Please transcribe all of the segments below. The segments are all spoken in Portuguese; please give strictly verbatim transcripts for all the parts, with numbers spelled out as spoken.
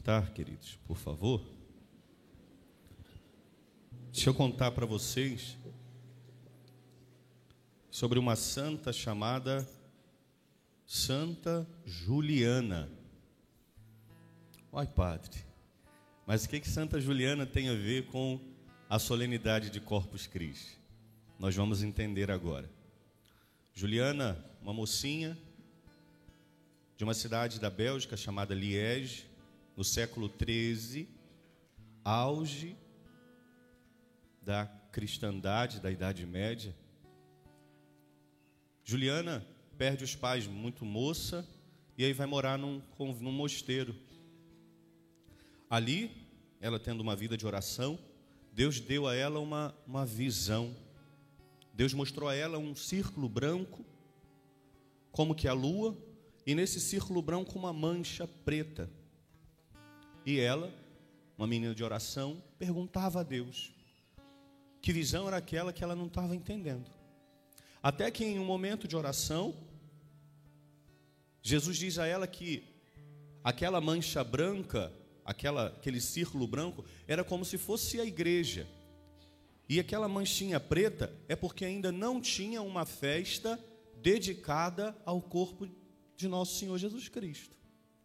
sentar, queridos, por favor. Deixa eu contar para vocês sobre uma santa chamada Santa Juliana. Ai, padre, mas o que que Santa Juliana tem a ver com a solenidade de Corpus Christi? Nós vamos entender agora. Juliana, uma mocinha de uma cidade da Bélgica chamada Liege, no século treze, auge da cristandade, da Idade Média. Juliana perde os pais muito moça e aí vai morar num, num mosteiro. Ali, ela tendo uma vida de oração, Deus deu a ela uma, uma visão. Deus mostrou a ela um círculo branco, como que a lua, e nesse círculo branco uma mancha preta. E ela, uma menina de oração, perguntava a Deus que visão era aquela que ela não estava entendendo. Até que em um momento de oração, Jesus diz a ela que aquela mancha branca, aquela, aquele círculo branco, era como se fosse a igreja. E aquela manchinha preta é porque ainda não tinha uma festa dedicada ao corpo de nosso Senhor Jesus Cristo.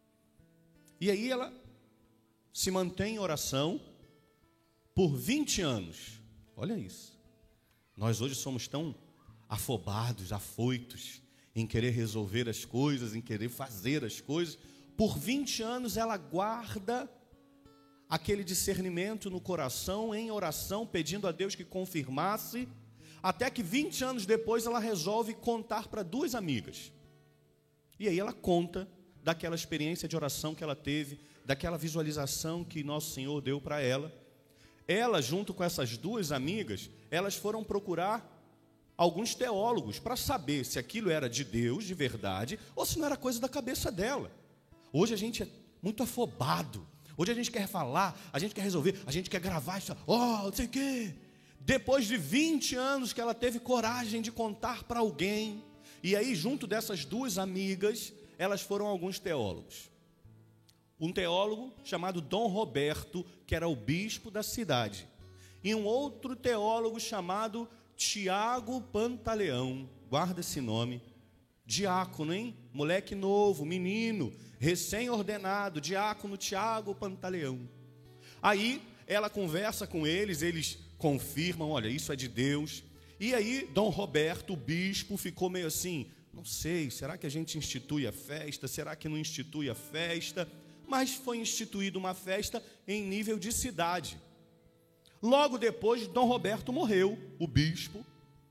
E aí ela se mantém em oração por vinte anos. Olha isso. Nós hoje somos tão afobados, afoitos em querer resolver as coisas, em querer fazer as coisas. Por vinte anos ela guarda aquele discernimento no coração, em oração, pedindo a Deus que confirmasse, até que vinte anos depois ela resolve contar para duas amigas. E aí ela conta daquela experiência de oração que ela teve, daquela visualização que nosso Senhor deu para ela. Ela, junto com essas duas amigas, elas foram procurar alguns teólogos para saber se aquilo era de Deus, de verdade, ou se não era coisa da cabeça dela. Hoje a gente é muito afobado. Hoje a gente quer falar, a gente quer resolver, a gente quer gravar isso, oh, não sei o quê. Depois de vinte anos que ela teve coragem de contar para alguém, e aí junto dessas duas amigas, elas foram a alguns teólogos. Um teólogo chamado Dom Roberto, que era o bispo da cidade, e um outro teólogo chamado Tiago Pantaleão, guarda esse nome, diácono, hein? Moleque novo, menino, recém-ordenado, diácono Tiago Pantaleão. Aí ela conversa com eles, eles confirmam, olha, isso é de Deus. E aí Dom Roberto, o bispo, ficou meio assim, não sei, será que a gente institui a festa? Será que não institui a festa? Mas foi instituída uma festa em nível de cidade. Logo depois, Dom Roberto morreu, o bispo.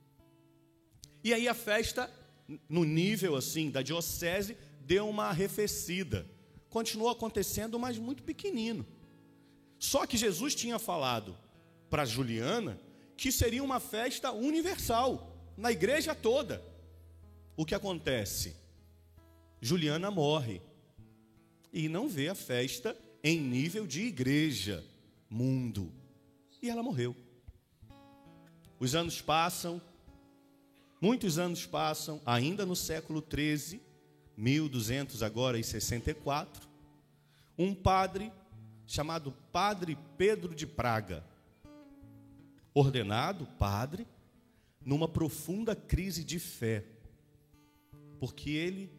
E aí a festa, no nível assim da diocese, deu uma arrefecida. Continuou acontecendo, mas muito pequenino. Só que Jesus tinha falado para Juliana que seria uma festa universal, na igreja toda. O que acontece? Juliana morre e não vê a festa em nível de igreja, mundo. E ela morreu. Os anos passam, muitos anos passam, ainda no século treze, mil e duzentos agora e sessenta e quatro, um padre chamado Padre Pedro de Praga, ordenado padre, numa profunda crise de fé, porque ele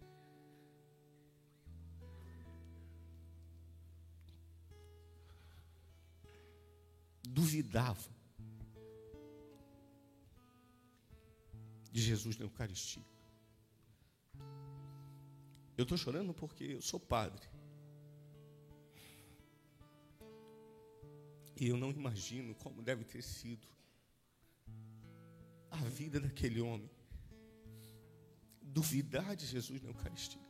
duvidava de Jesus na Eucaristia. Eu estou chorando porque eu sou padre. E eu não imagino como deve ter sido a vida daquele homem. Duvidar de Jesus na Eucaristia.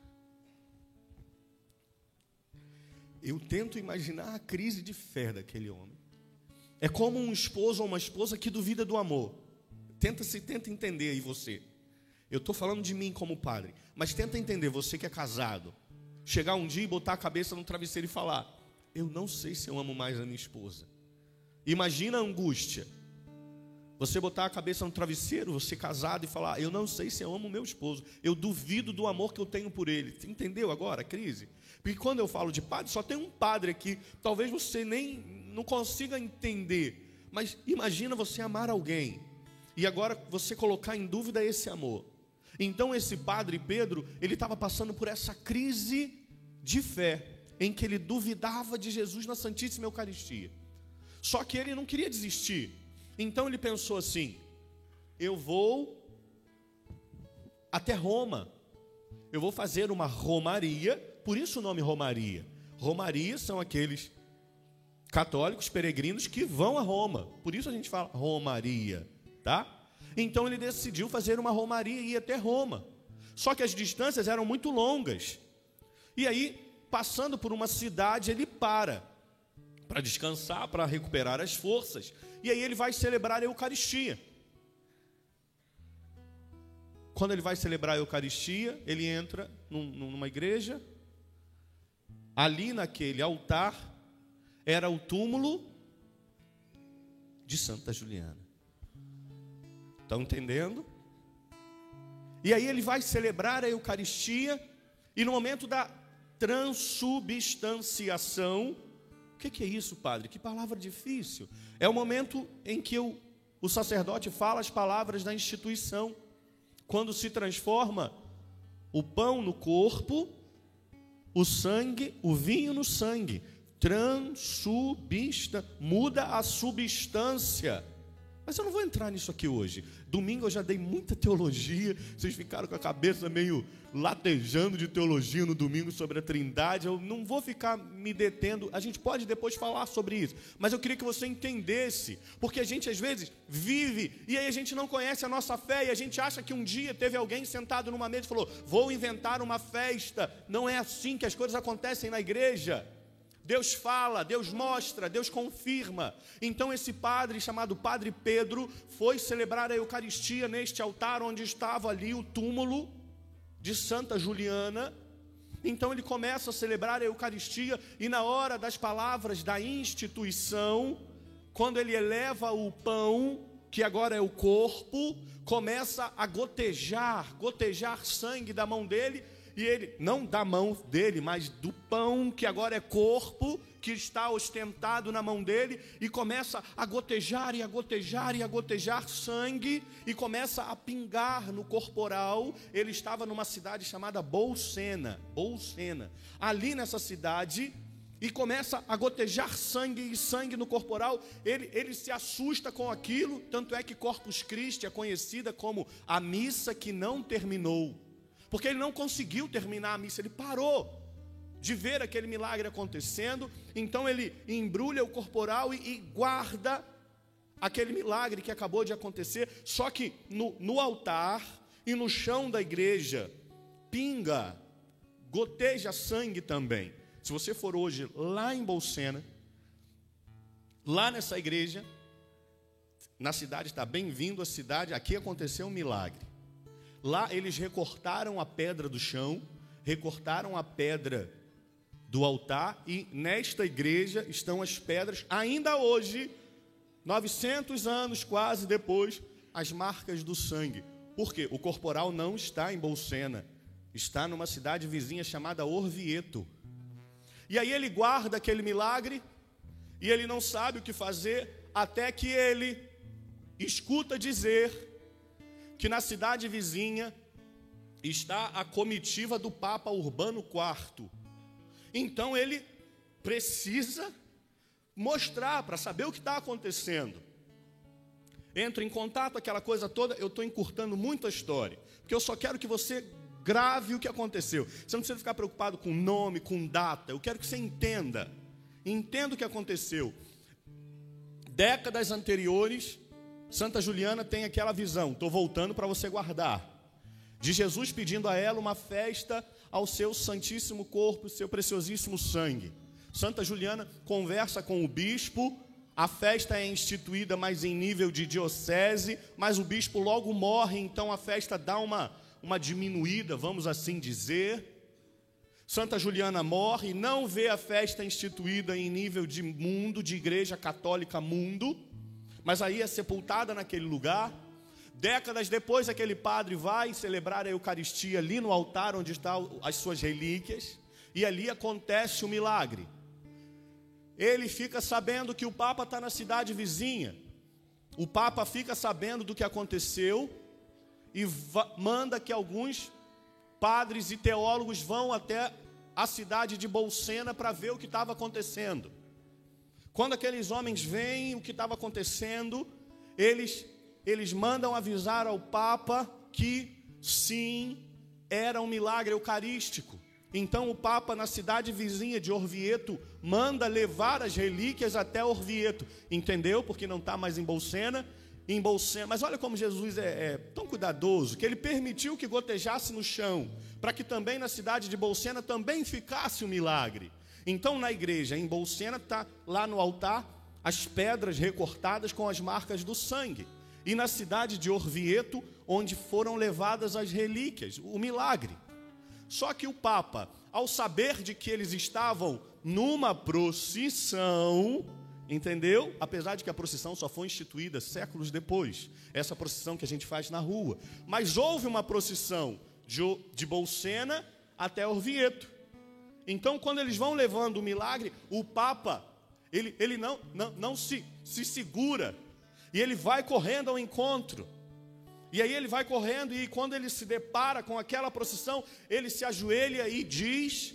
Eu tento imaginar a crise de fé daquele homem. É como um esposo ou uma esposa que duvida do amor. Tenta se tenta entender aí você. Eu estou falando de mim como padre, mas tenta entender você que é casado. Chegar um dia e botar a cabeça no travesseiro e falar: eu não sei se eu amo mais a minha esposa. Imagina a angústia. Você botar a cabeça no travesseiro, você casado e falar, eu não sei se eu amo meu esposo, eu duvido do amor que eu tenho por ele. Você entendeu agora a crise? Porque quando eu falo de padre, só tem um padre aqui, talvez você nem não consiga entender, mas imagina você amar alguém, e agora você colocar em dúvida esse amor. Então esse padre Pedro, ele estava passando por essa crise de fé, em que ele duvidava de Jesus na Santíssima Eucaristia. Só que ele não queria desistir. Então ele pensou assim, eu vou até Roma, eu vou fazer uma romaria, por isso o nome romaria. Romaria são aqueles católicos peregrinos que vão a Roma, por isso a gente fala romaria, tá? Então ele decidiu fazer uma romaria e ir até Roma. Só que as distâncias eram muito longas. E aí, passando por uma cidade, ele para, para descansar, para recuperar as forças. E aí ele vai celebrar a Eucaristia. Quando ele vai celebrar a Eucaristia, ele entra num, numa igreja. Ali naquele altar, era o túmulo de Santa Juliana. Estão entendendo? E aí ele vai celebrar a Eucaristia, e no momento da transubstanciação, o que, que é isso, padre? Que palavra difícil. É o momento em que o, o sacerdote fala as palavras da instituição, quando se transforma o pão no corpo, o sangue, o vinho no sangue. Transubstan, muda a substância. Mas eu não vou entrar nisso aqui hoje. Domingo eu já dei muita teologia, vocês ficaram com a cabeça meio latejando de teologia no domingo sobre a Trindade. Eu não vou ficar me detendo, a gente pode depois falar sobre isso, mas eu queria que você entendesse, porque a gente às vezes vive, e aí a gente não conhece a nossa fé, e a gente acha que um dia teve alguém sentado numa mesa e falou, vou inventar uma festa. Não é assim que as coisas acontecem na igreja. Deus fala, Deus mostra, Deus confirma. Então esse padre, chamado Padre Pedro, foi celebrar a Eucaristia neste altar onde estava ali o túmulo de Santa Juliana. Então ele começa a celebrar a Eucaristia, e na hora das palavras da instituição, quando ele eleva o pão, que agora é o corpo, começa a gotejar, gotejar sangue da mão dele. E ele, não da mão dele, mas do pão, que agora é corpo, que está ostentado na mão dele, e começa a gotejar, e a gotejar, e a gotejar sangue, e começa a pingar no corporal. Ele estava numa cidade chamada Bolsena, Bolsena, ali nessa cidade, e começa a gotejar sangue e sangue no corporal. Ele, ele se assusta com aquilo, tanto é que Corpus Christi é conhecida como a missa que não terminou. Porque ele não conseguiu terminar a missa, ele parou de ver aquele milagre acontecendo. Então ele embrulha o corporal e, e guarda aquele milagre que acabou de acontecer. Só que no, no altar e no chão da igreja, pinga, goteja sangue também. Se você for hoje lá em Bolsena, lá nessa igreja, na cidade, está bem-vindo à cidade, aqui aconteceu um milagre. Lá eles recortaram a pedra do chão, recortaram a pedra do altar, e nesta igreja estão as pedras, ainda hoje, novecentos anos quase depois, as marcas do sangue. Por quê? O corporal não está em Bolsena, está numa cidade vizinha chamada Orvieto. E aí ele guarda aquele milagre, e ele não sabe o que fazer, até que ele escuta dizer que na cidade vizinha está a comitiva do Papa Urbano quarto. Então ele precisa mostrar, para saber o que está acontecendo. Entra em contato, aquela coisa toda. Eu estou encurtando muito a história, porque eu só quero que você grave o que aconteceu. Você não precisa ficar preocupado com nome, com data. Eu quero que você entenda. Entenda o que aconteceu. Décadas anteriores, Santa Juliana tem aquela visão, estou voltando para você guardar, de Jesus pedindo a ela uma festa ao seu santíssimo corpo, seu preciosíssimo sangue. Santa Juliana conversa com o bispo, a festa é instituída, mas em nível de diocese, mas o bispo logo morre, então a festa dá uma, uma diminuída, vamos assim dizer. Santa Juliana morre, não vê a festa instituída em nível de mundo, de igreja católica mundo. mas aí é sepultada naquele lugar. Décadas depois, aquele padre vai celebrar a Eucaristia ali no altar onde estão as suas relíquias, e ali acontece o milagre. Ele fica sabendo que o Papa está na cidade vizinha. O Papa fica sabendo do que aconteceu e manda que alguns padres e teólogos vão até a cidade de Bolsena para ver o que estava acontecendo. Quando aqueles homens veem o que estava acontecendo, eles, eles mandam avisar ao Papa que sim, era um milagre eucarístico. Então o Papa, na cidade vizinha de Orvieto, manda levar as relíquias até Orvieto. Entendeu? Porque não está mais em Bolsena. Em Bolsena. Mas olha como Jesus é, é tão cuidadoso, que ele permitiu que gotejasse no chão, para que também na cidade de Bolsena também ficasse o milagre. Então na igreja, em Bolsena, está lá no altar as pedras recortadas com as marcas do sangue. E na cidade de Orvieto, onde foram levadas as relíquias, o milagre. Só que o Papa, ao saber de que eles estavam numa procissão, entendeu? Apesar de que a procissão só foi instituída séculos depois, essa procissão que a gente faz na rua. Mas houve uma procissão de, de Bolsena até Orvieto. Então, quando eles vão levando o milagre, o Papa, ele, ele não, não, não se, se segura, e ele vai correndo ao encontro. E aí ele vai correndo, e quando ele se depara com aquela procissão, ele se ajoelha e diz: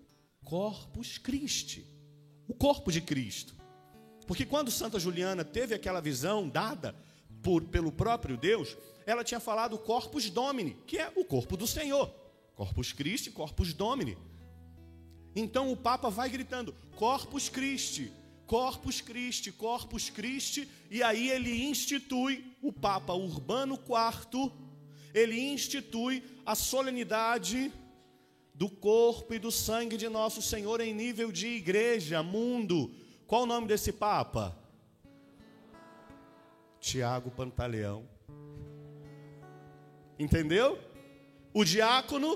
Corpus Christi, o corpo de Cristo. Porque quando Santa Juliana teve aquela visão dada por, pelo próprio Deus, ela tinha falado Corpus Domini, que é o corpo do Senhor. Corpus Christi, Corpus Domini. Então o Papa vai gritando, Corpus Christi, Corpus Christi, Corpus Christi, e aí ele institui, o Papa Urbano quarto, ele institui a solenidade do corpo e do sangue de nosso Senhor em nível de igreja, mundo. Qual o nome desse Papa? Tiago Pantaleão. Entendeu? O diácono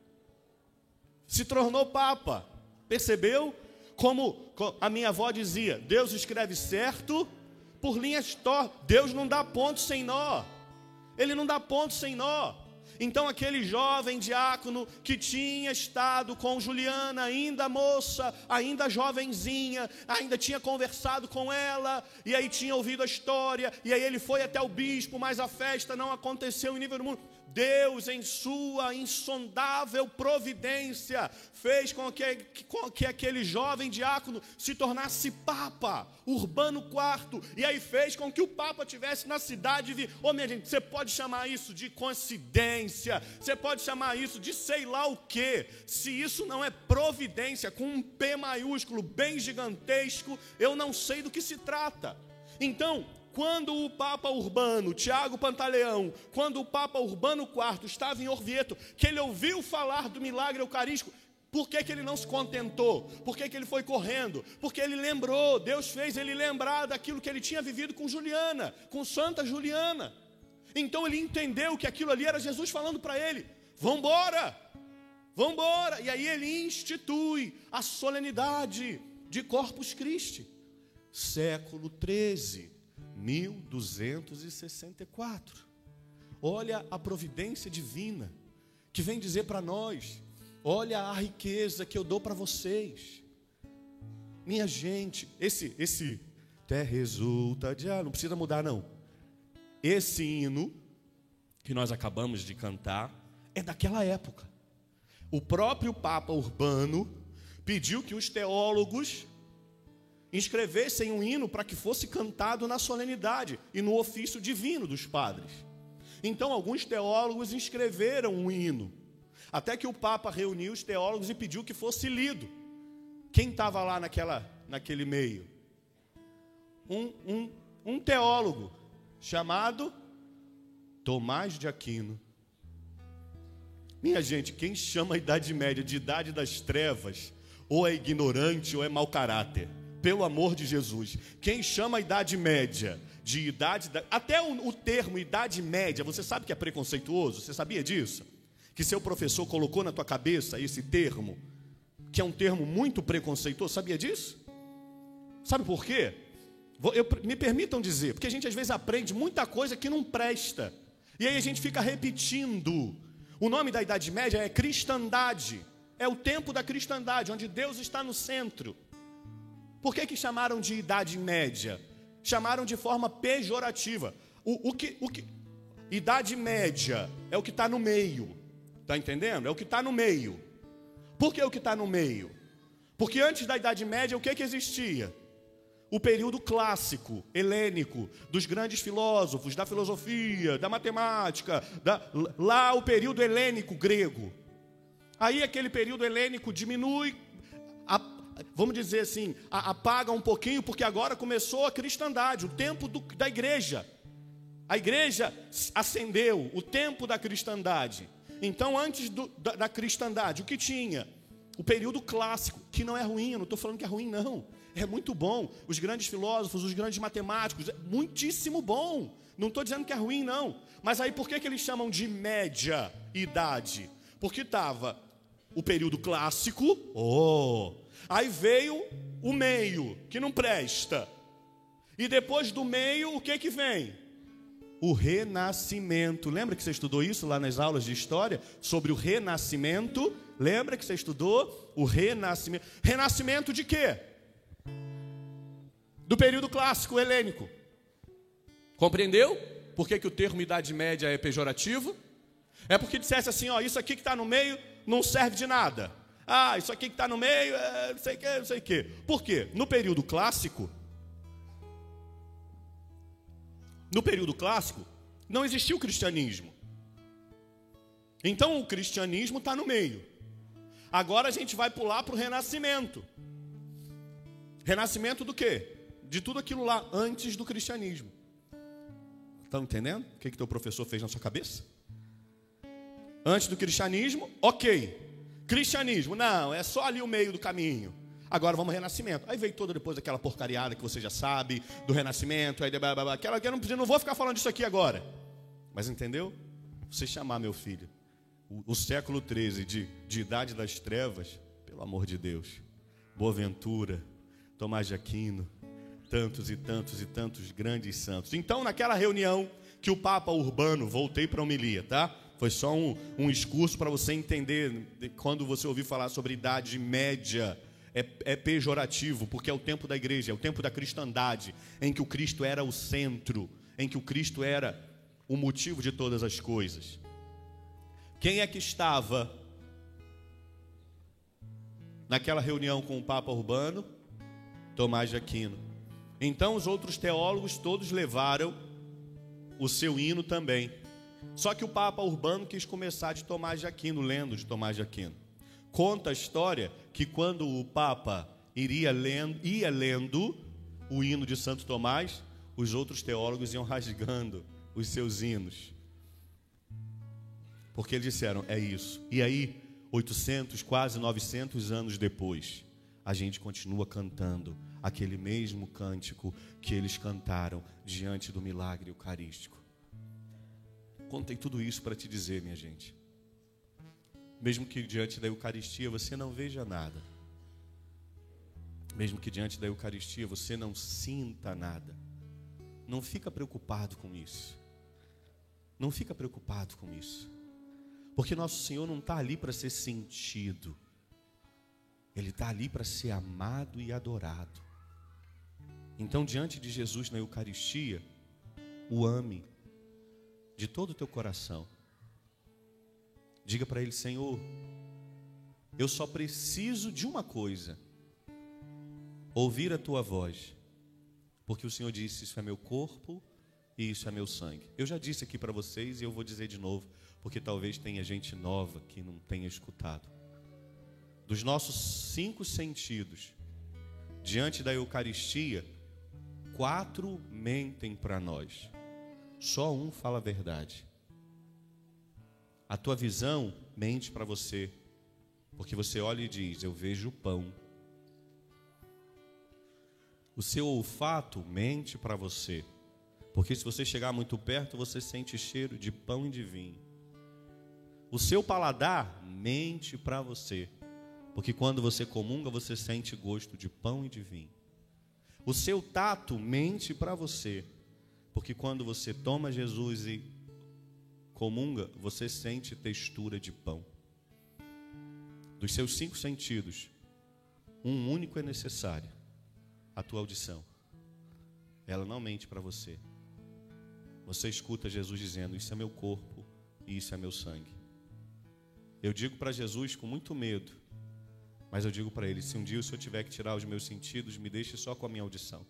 se tornou Papa. Percebeu? Como a minha avó dizia, Deus escreve certo por linhas tortas. Deus não dá ponto sem nó. Ele não dá ponto sem nó. Então aquele jovem diácono que tinha estado com Juliana, ainda moça, ainda jovenzinha, ainda tinha conversado com ela, e aí tinha ouvido a história, e aí ele foi até o bispo, mas a festa não aconteceu em nível do mundo. Deus, em sua insondável providência, fez com que, com que aquele jovem diácono se tornasse Papa Urbano quarto, e aí fez com que o Papa estivesse na cidade. De... Ô, minha gente, você pode chamar isso de coincidência, você pode chamar isso de sei lá o quê. Se isso não é providência, com um P maiúsculo bem gigantesco, eu não sei do que se trata. Então, quando o Papa Urbano, Tiago Pantaleão, quando o Papa Urbano quarto estava em Orvieto, que ele ouviu falar do milagre eucarístico, por que que ele não se contentou? Por que que ele foi correndo? Porque ele lembrou, Deus fez ele lembrar daquilo que ele tinha vivido com Juliana, com Santa Juliana. Então ele entendeu que aquilo ali era Jesus falando para ele, vambora, vambora. E aí ele institui a solenidade de Corpus Christi, século treze. mil duzentos e sessenta e quatro. Olha a providência divina que vem dizer para nós, olha a riqueza que eu dou para vocês. Minha gente, esse, esse até resulta de, ah, não precisa mudar não. Esse hino que nós acabamos de cantar é daquela época. O próprio Papa Urbano pediu que os teólogos inscrevessem um hino para que fosse cantado na solenidade e no ofício divino dos padres. Então alguns teólogos inscreveram um hino, até que o Papa reuniu os teólogos e pediu que fosse lido. Quem estava lá naquela, naquele meio? Um, um, um teólogo chamado Tomás de Aquino. Minha gente, quem chama a Idade Média de Idade das Trevas, ou é ignorante ou é mau caráter. Pelo amor de Jesus, quem chama a Idade Média de idade, da... até o, o termo Idade Média, você sabe que é preconceituoso? Você sabia disso? Que seu professor colocou na tua cabeça esse termo, que é um termo muito preconceituoso, sabia disso? Sabe por quê? Vou, eu, me permitam dizer, porque a gente às vezes aprende muita coisa que não presta. E aí a gente fica repetindo. O nome da Idade Média é cristandade. É o tempo da cristandade, onde Deus está no centro. Por que que chamaram de Idade Média? Chamaram de forma pejorativa. O, o que, o que, Idade Média é o que está no meio. Está entendendo? É o que está no meio. Por que o que está no meio? Porque antes da Idade Média, o que que existia? O período clássico, helênico, dos grandes filósofos, da filosofia, da matemática, da, lá o período helênico grego. Aí aquele período helênico diminui, a, vamos dizer assim, a, apaga um pouquinho, porque agora começou a cristandade, o tempo do, da igreja. A igreja ascendeu, o tempo da cristandade. Então, antes do, da, da cristandade, o que tinha? O período clássico, que não é ruim, eu não estou falando que é ruim, não. É muito bom. Os grandes filósofos, os grandes matemáticos, é muitíssimo bom. Não estou dizendo que é ruim, não. Mas aí por que que eles chamam de média idade? Porque estava o período clássico, oh, aí veio o meio, que não presta. E depois do meio, o que que vem? O renascimento. Lembra que você estudou isso lá nas aulas de história? Sobre o renascimento? Lembra que você estudou? O renascimento. Renascimento de quê? Do período clássico helênico. Compreendeu? Por que que o termo Idade Média é pejorativo? É porque dissesse assim, ó, isso aqui que está no meio não serve de nada. Ah, isso aqui que está no meio, é, não sei o que, não sei o que. Por quê? No período clássico, no período clássico, não existia o cristianismo. Então o cristianismo está no meio. Agora a gente vai pular para o renascimento. Renascimento do quê? De tudo aquilo lá antes do cristianismo. Estão entendendo o que que teu professor fez na sua cabeça? Antes do cristianismo, ok. Cristianismo, não, é só ali o meio do caminho. Agora vamos ao renascimento. Aí veio toda depois aquela porcariada que você já sabe, do renascimento, aí blá, blá, blá, aquela que eu não, eu não vou ficar falando disso aqui agora. Mas entendeu? Você chamar, meu filho, o, o século treze de, de idade das trevas, pelo amor de Deus, Boaventura, Tomás de Aquino, tantos e tantos e tantos grandes santos. Então, naquela reunião que o Papa Urbano, voltei para a homilia, tá? Foi só um, um discurso para você entender, quando você ouvir falar sobre Idade Média, é, é pejorativo, porque é o tempo da igreja, é o tempo da cristandade, em que o Cristo era o centro, em que o Cristo era o motivo de todas as coisas. Quem é que estava naquela reunião com o Papa Urbano? Tomás de Aquino. Então os outros teólogos todos levaram o seu hino também. Só que o Papa Urbano quis começar de Tomás de Aquino, lendo de Tomás de Aquino. Conta a história que quando o Papa iria lendo, ia lendo o hino de Santo Tomás, os outros teólogos iam rasgando os seus hinos. Porque eles disseram, é isso. E aí, oitocentos, quase novecentos anos depois, a gente continua cantando aquele mesmo cântico que eles cantaram diante do milagre eucarístico. Contei tudo isso para te dizer, minha gente. Mesmo que diante da Eucaristia você não veja nada. Mesmo que diante da Eucaristia você não sinta nada. Não fica preocupado com isso. Não fica preocupado com isso. Porque nosso Senhor não está ali para ser sentido. Ele está ali para ser amado e adorado. Então, diante de Jesus na Eucaristia, o ame de todo o teu coração. Diga para Ele, Senhor, eu só preciso de uma coisa: ouvir a tua voz. Porque o Senhor disse, isso é meu corpo e isso é meu sangue. Eu já disse aqui para vocês e eu vou dizer de novo, porque talvez tenha gente nova que não tenha escutado. Dos nossos cinco sentidos, diante da Eucaristia, quatro mentem para nós. Só um fala a verdade. A tua visão mente para você, porque você olha e diz, eu vejo pão. O seu olfato mente para você, porque se você chegar muito perto, você sente cheiro de pão e de vinho. O seu paladar mente para você, porque quando você comunga, você sente gosto de pão e de vinho. O seu tato mente para você, porque quando você toma Jesus e comunga, você sente textura de pão. Dos seus cinco sentidos, um único é necessário: a tua audição. Ela não mente para você. Você escuta Jesus dizendo: isso é meu corpo e isso é meu sangue. Eu digo para Jesus com muito medo, mas eu digo para ele: se um dia o Senhor tiver que tirar os meus sentidos, me deixe só com a minha audição.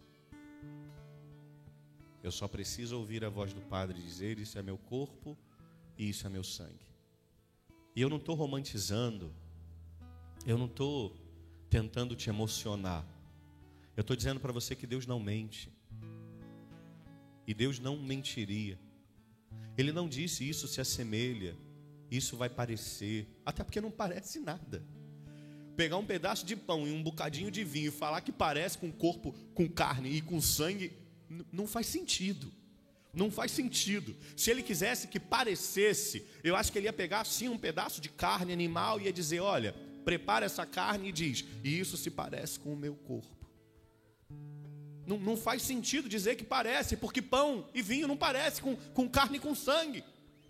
Eu só preciso ouvir a voz do Padre dizer: isso é meu corpo e isso é meu sangue. E eu não estou romantizando, eu não estou tentando te emocionar. Eu estou dizendo para você que Deus não mente. E Deus não mentiria. Ele não disse: isso se assemelha, isso vai parecer. Até porque não parece nada. Pegar um pedaço de pão e um bocadinho de vinho e falar que parece com corpo, com carne e com sangue, n- não faz sentido. Não faz sentido. Se ele quisesse que parecesse, eu acho que ele ia pegar assim um pedaço de carne animal e ia dizer: olha, prepara essa carne e diz: e isso se parece com o meu corpo. Não, não faz sentido dizer que parece, porque pão e vinho não parece com, com carne e com sangue.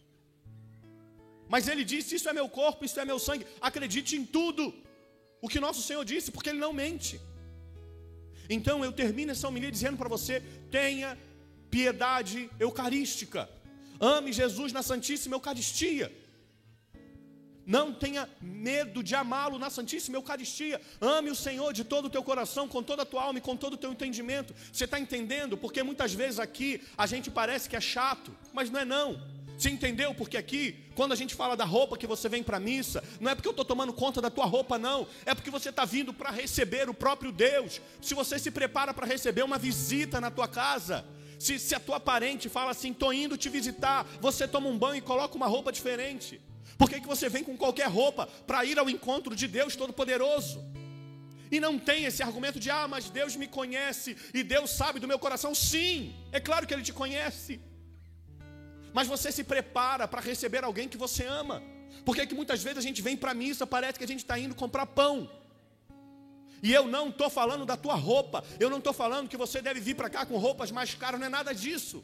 Mas ele disse: isso é meu corpo, isso é meu sangue. Acredite em tudo o que nosso Senhor disse, porque ele não mente. Então eu termino essa homilia dizendo para você: tenha piedade eucarística. Ame Jesus na Santíssima Eucaristia. Não tenha medo de amá-lo na Santíssima Eucaristia. Ame o Senhor de todo o teu coração, com toda a tua alma e com todo o teu entendimento. Você está entendendo? Porque muitas vezes aqui a gente parece que é chato, mas não é não. Você entendeu? Porque aqui, quando a gente fala da roupa que você vem para a missa, não é porque eu estou tomando conta da tua roupa, não. É porque você está vindo para receber o próprio Deus. Se você se prepara para receber uma visita na tua casa, se, se a tua parente fala assim: estou indo te visitar, você toma um banho e coloca uma roupa diferente. Por que que você vem com qualquer roupa para ir ao encontro de Deus Todo-Poderoso? E não tem esse argumento de: ah, mas Deus me conhece e Deus sabe do meu coração. Sim, é claro que Ele te conhece. Mas você se prepara para receber alguém que você ama. Por que que muitas vezes a gente vem para a missa, parece que a gente está indo comprar pão? E eu não estou falando da tua roupa, eu não estou falando que você deve vir para cá com roupas mais caras, não é nada disso.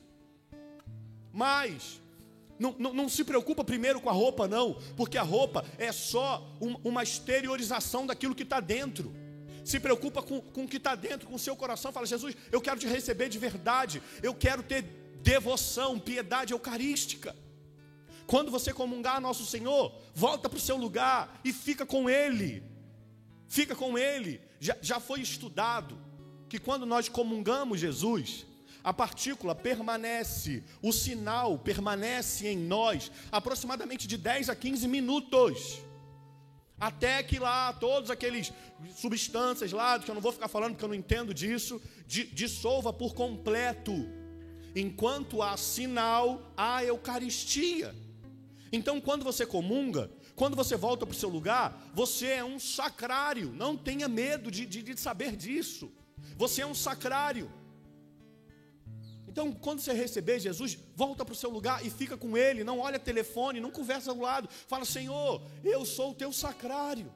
Mas Não, não, não se preocupa primeiro com a roupa, não, porque a roupa é só um, uma exteriorização daquilo que está dentro. Se preocupa com, com o que está dentro, com o seu coração. Fala: Jesus, eu quero te receber de verdade, eu quero ter devoção, piedade eucarística. Quando você comungar nosso Senhor, volta para o seu lugar e fica com Ele. Fica com Ele. Já, já foi estudado que quando nós comungamos Jesus, a partícula permanece, o sinal permanece em nós aproximadamente de dez a quinze minutos. Até que lá, todos aqueles substâncias lá, que eu não vou ficar falando porque eu não entendo disso, dissolva por completo. Enquanto há sinal, há Eucaristia. Então, quando você comunga, quando você volta para o seu lugar, você é um sacrário. Não tenha medo de, de, de saber disso. Você é um sacrário. Então, quando você receber Jesus, volta para o seu lugar e fica com Ele. Não olha telefone, não conversa ao lado. Fala: Senhor, eu sou o teu sacrário.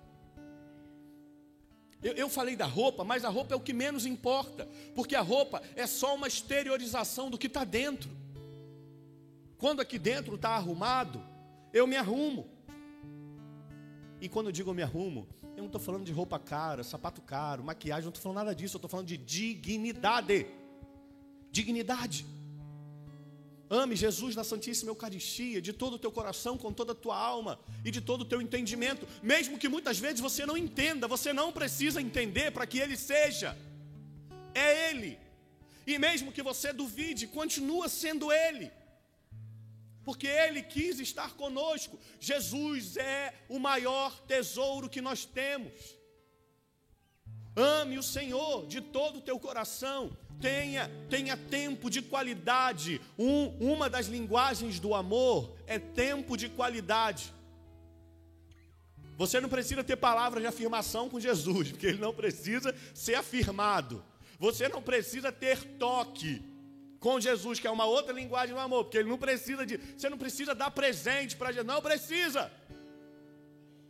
Eu, eu falei da roupa, mas a roupa é o que menos importa. Porque a roupa é só uma exteriorização do que está dentro. Quando aqui dentro está arrumado, eu me arrumo. E quando eu digo eu me arrumo, eu não estou falando de roupa cara, sapato caro, maquiagem, não estou falando nada disso. Eu estou falando de dignidade. Dignidade. Ame Jesus na Santíssima Eucaristia de todo o teu coração, com toda a tua alma e de todo o teu entendimento. Mesmo que muitas vezes você não entenda, você não precisa entender para que Ele seja. É Ele. E mesmo que você duvide, continua sendo Ele. Porque Ele quis estar conosco. Jesus é o maior tesouro que nós temos. Ame o Senhor de todo o teu coração. Tenha, tenha tempo de qualidade. Um, uma das linguagens do amor é tempo de qualidade. Você não precisa ter palavras de afirmação com Jesus, porque Ele não precisa ser afirmado. Você não precisa ter toque com Jesus, que é uma outra linguagem do amor, porque Ele não precisa de... Você não precisa dar presente para Jesus, não precisa.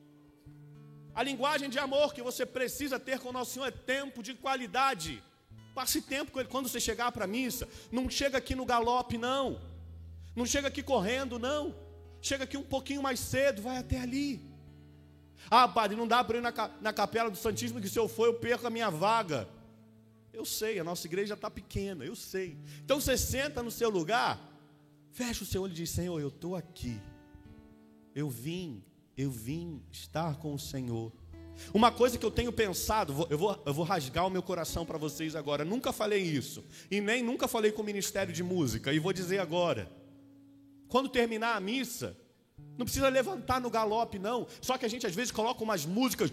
A linguagem de amor que você precisa ter com o nosso Senhor é tempo de qualidade. Passe tempo com ele. Quando você chegar para a missa, não chega aqui no galope, não. Não chega aqui correndo, não. Chega aqui um pouquinho mais cedo, vai até ali. Ah, padre, não dá para ir na, na capela do Santíssimo, que se eu for eu perco a minha vaga. Eu sei, a nossa igreja está pequena, eu sei. Então você senta no seu lugar, fecha o seu olho e diz: Senhor, eu estou aqui. Eu vim, eu vim estar com o Senhor. Uma coisa que eu tenho pensado, eu vou, eu vou rasgar o meu coração para vocês agora. Nunca falei isso, e nem nunca falei com o Ministério de Música, e vou dizer agora. Quando terminar a missa, não precisa levantar no galope, não. Só que a gente às vezes coloca umas músicas,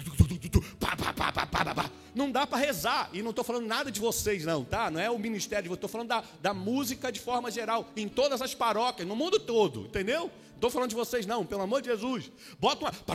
não dá para rezar. E não estou falando nada de vocês, não, tá? Não é o ministério de vocês, estou falando da, da música de forma geral, em todas as paróquias, no mundo todo, entendeu? Não estou falando de vocês, não, pelo amor de Jesus. Bota uma...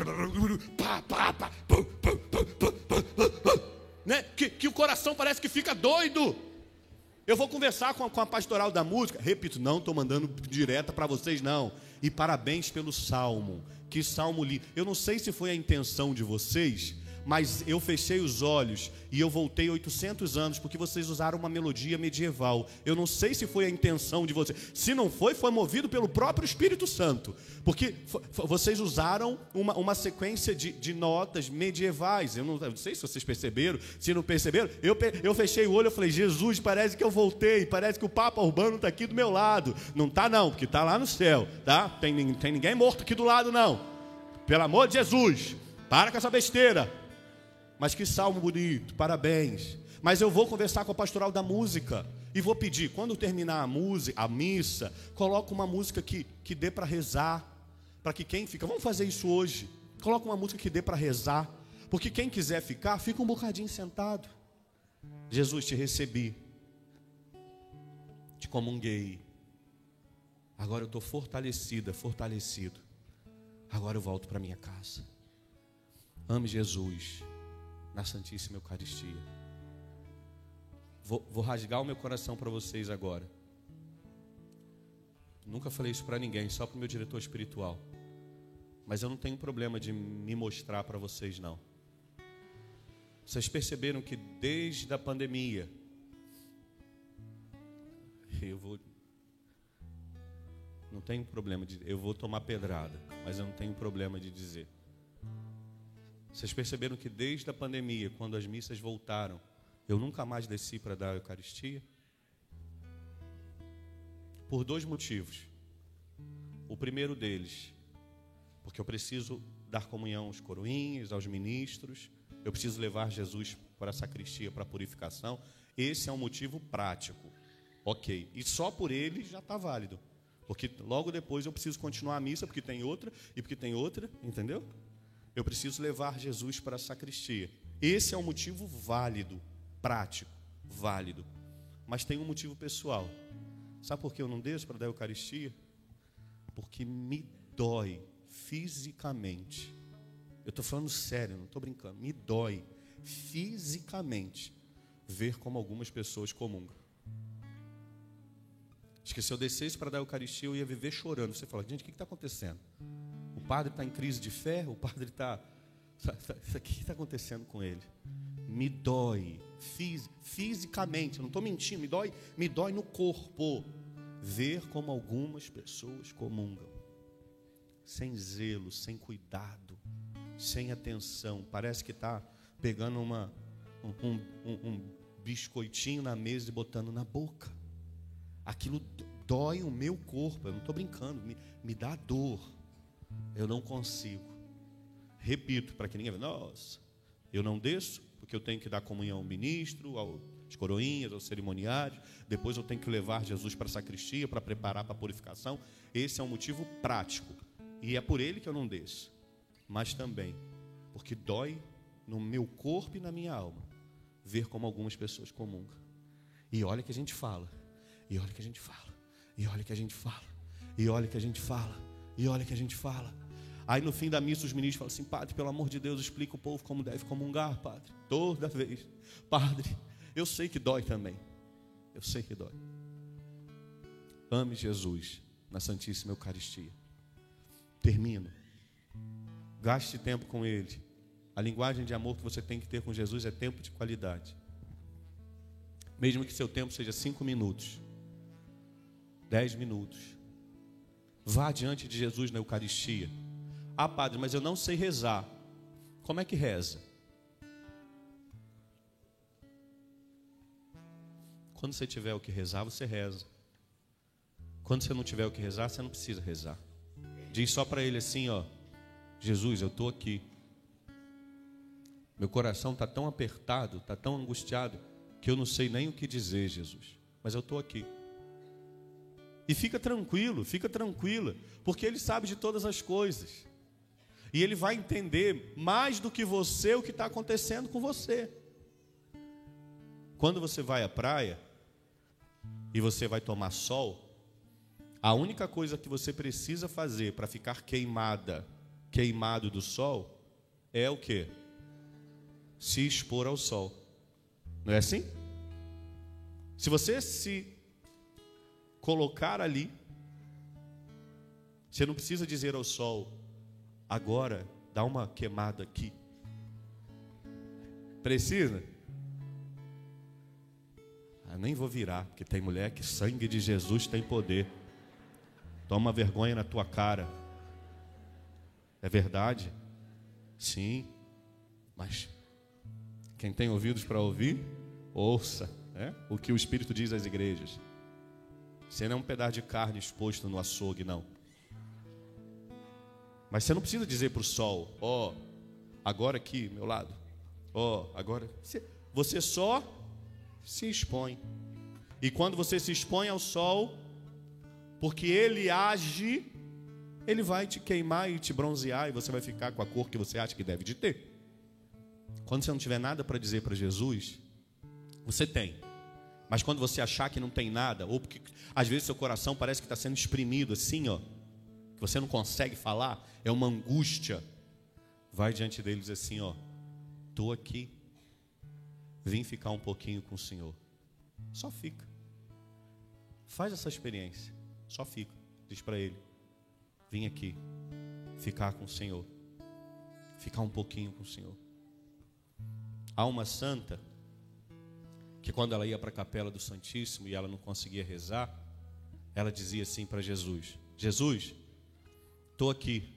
Né? Que, que o coração parece que fica doido. Eu vou conversar com a, com a pastoral da música. Repito, não estou mandando direta para vocês, não. E parabéns pelo salmo. Que salmo lindo. Eu não sei se foi a intenção de vocês, mas eu fechei os olhos e eu voltei oitocentos anos, porque vocês usaram uma melodia medieval. Eu não sei se foi a intenção de vocês. Se não foi, foi movido pelo próprio Espírito Santo. Porque vocês usaram uma, uma sequência de, de notas medievais. Eu não, eu não sei se vocês perceberam, se não perceberam. Eu, eu fechei o olho e falei: Jesus, parece que eu voltei. Parece que o Papa Urbano está aqui do meu lado. Não está não, porque está lá no céu. Tá? Tem, tem ninguém morto aqui do lado, não. Pelo amor de Jesus, para com essa besteira. Mas que salmo bonito, parabéns. Mas eu vou conversar com a pastoral da música e vou pedir, quando terminar a música, a missa, coloca uma música que, que dê para rezar, para que quem fica, vamos fazer isso hoje, coloca uma música que dê para rezar, porque quem quiser ficar, fica um bocadinho sentado. Jesus, te recebi, te comunguei, agora eu estou fortalecida, fortalecido, agora eu volto para minha casa. Ame Jesus na Santíssima Eucaristia. Vou, vou rasgar o meu coração para vocês agora. Nunca falei isso para ninguém, só para o meu diretor espiritual. Mas eu não tenho problema de me mostrar para vocês, não. Vocês perceberam que desde a pandemia, eu vou... Não tenho problema de... Eu vou tomar pedrada, mas eu não tenho problema de dizer. Vocês perceberam que desde a pandemia, quando as missas voltaram, eu nunca mais desci para dar a Eucaristia? Por dois motivos. O primeiro deles, porque eu preciso dar comunhão aos coroinhas, aos ministros, eu preciso levar Jesus para a sacristia, para a purificação. Esse é um motivo prático. Ok. E só por ele já está válido. Porque logo depois eu preciso continuar a missa, porque tem outra, e porque tem outra, entendeu? Eu preciso levar Jesus para a sacristia. Esse é um motivo válido, prático, válido. Mas tem um motivo pessoal. Sabe por que eu não desço para dar a Eucaristia? Porque me dói fisicamente. Eu estou falando sério, não estou brincando. Me dói fisicamente ver como algumas pessoas comungam. Acho que se eu descesse para dar a Eucaristia, eu ia viver chorando. Você fala: gente, o que está acontecendo? O padre está em crise de fé? O padre está... O que está acontecendo com ele? Me dói fis... fisicamente, eu não estou mentindo, me dói, me dói no corpo ver como algumas pessoas comungam. Sem zelo, sem cuidado, sem atenção. Parece que está pegando uma, um, um, um biscoitinho na mesa e botando na boca. Aquilo dói o meu corpo, eu não estou brincando, me, me dá dor. Eu não consigo. Repito, para que ninguém veja: nossa, eu não desço, porque eu tenho que dar comunhão ao ministro, aos coroinhas, aos cerimoniários. Depois eu tenho que levar Jesus para a sacristia, para preparar para a purificação. Esse é um motivo prático. E é por ele que eu não desço. Mas também porque dói no meu corpo e na minha alma ver como algumas pessoas comungam. E olha que a gente fala. E olha que a gente fala. E olha que a gente fala. E olha que a gente fala. E olha que a gente fala. Aí no fim da missa os ministros falam assim: padre, pelo amor de Deus, explica o povo como deve comungar, padre. Toda vez. Padre, eu sei que dói também. Eu sei que dói. Ame Jesus na Santíssima Eucaristia. Termino. Gaste tempo com Ele. A linguagem de amor que você tem que ter com Jesus é tempo de qualidade. Mesmo que seu tempo seja cinco minutos, dez minutos. Vá diante de Jesus na Eucaristia. Ah, padre, mas eu não sei rezar. Como é que reza? Quando você tiver o que rezar, você reza. Quando você não tiver o que rezar, você não precisa rezar. Diz só para ele assim, ó: Jesus, eu estou aqui. Meu coração está tão apertado, está tão angustiado, que eu não sei nem o que dizer, Jesus. Mas eu estou aqui. E fica tranquilo, fica tranquila, porque Ele sabe de todas as coisas. E Ele vai entender mais do que você o que está acontecendo com você. Quando você vai à praia e você vai tomar sol, a única coisa que você precisa fazer para ficar queimada, queimado do sol, é o quê? Se expor ao sol. Não é assim? Se você se colocar ali, você não precisa dizer ao sol: agora dá uma queimada aqui. Precisa? Ah, nem vou virar, porque tem mulher que sangue de Jesus tem poder. Toma vergonha na tua cara. É verdade? Sim. Mas quem tem ouvidos para ouvir, ouça, né? O que o Espírito diz às igrejas. Você não é um pedaço de carne exposto no açougue, não. Mas você não precisa dizer para o sol: ó, oh, agora aqui, meu lado. Ó, oh, agora. Você só se expõe. E quando você se expõe ao sol, porque ele age, ele vai te queimar e te bronzear, e você vai ficar com a cor que você acha que deve de ter. Quando você não tiver nada para dizer para Jesus, você tem. Mas quando você achar que não tem nada, ou porque às vezes seu coração parece que está sendo exprimido assim, ó, que você não consegue falar, é uma angústia, vai diante dele e diz assim, ó: estou aqui, vim ficar um pouquinho com o Senhor. Só fica. Faz essa experiência. Só fica. Diz para ele: vim aqui ficar com o Senhor, ficar um pouquinho com o Senhor. Há uma santa que quando ela ia para a capela do Santíssimo e ela não conseguia rezar, ela dizia assim para Jesus: Jesus, estou aqui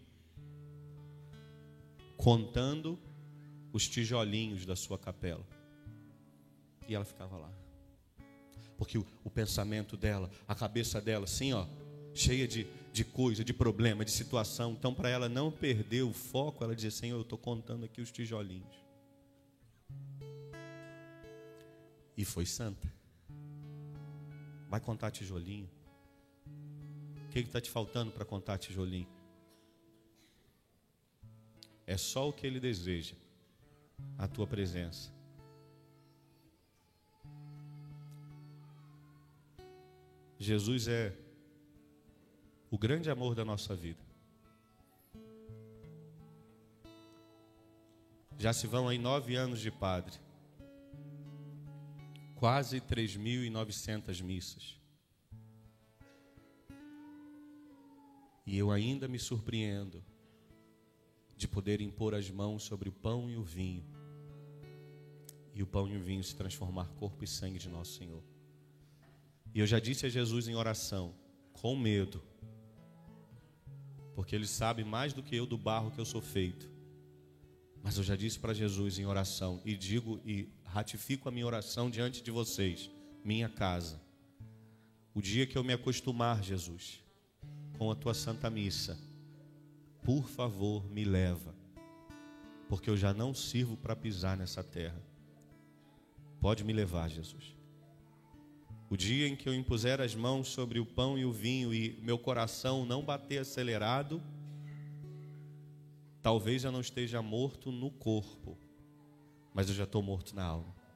contando os tijolinhos da sua capela. E ela ficava lá, porque o, o pensamento dela, a cabeça dela assim, ó, cheia de, de coisa, de problema, de situação. Então, para ela não perder o foco, ela dizia: Senhor, eu estou contando aqui os tijolinhos. E foi santa. Vai contar tijolinho? O que está te faltando para contar tijolinho? É só o que Ele deseja, a tua presença. Jesus é o grande amor da nossa vida. Já se vão aí nove anos de padre, quase três mil e novecentas missas. E eu ainda me surpreendo de poder impor as mãos sobre o pão e o vinho, e o pão e o vinho se transformar corpo e sangue de nosso Senhor. E eu já disse a Jesus em oração, com medo, porque Ele sabe mais do que eu do barro que eu sou feito. Mas eu já disse para Jesus em oração, e digo e ratifico a minha oração diante de vocês, minha casa: o dia que eu me acostumar, Jesus, com a tua Santa Missa, por favor, me leva, porque eu já não sirvo para pisar nessa terra. Pode me levar, Jesus. O dia em que eu impuser as mãos sobre o pão e o vinho e meu coração não bater acelerado, talvez eu não esteja morto no corpo, mas eu já estou morto na alma.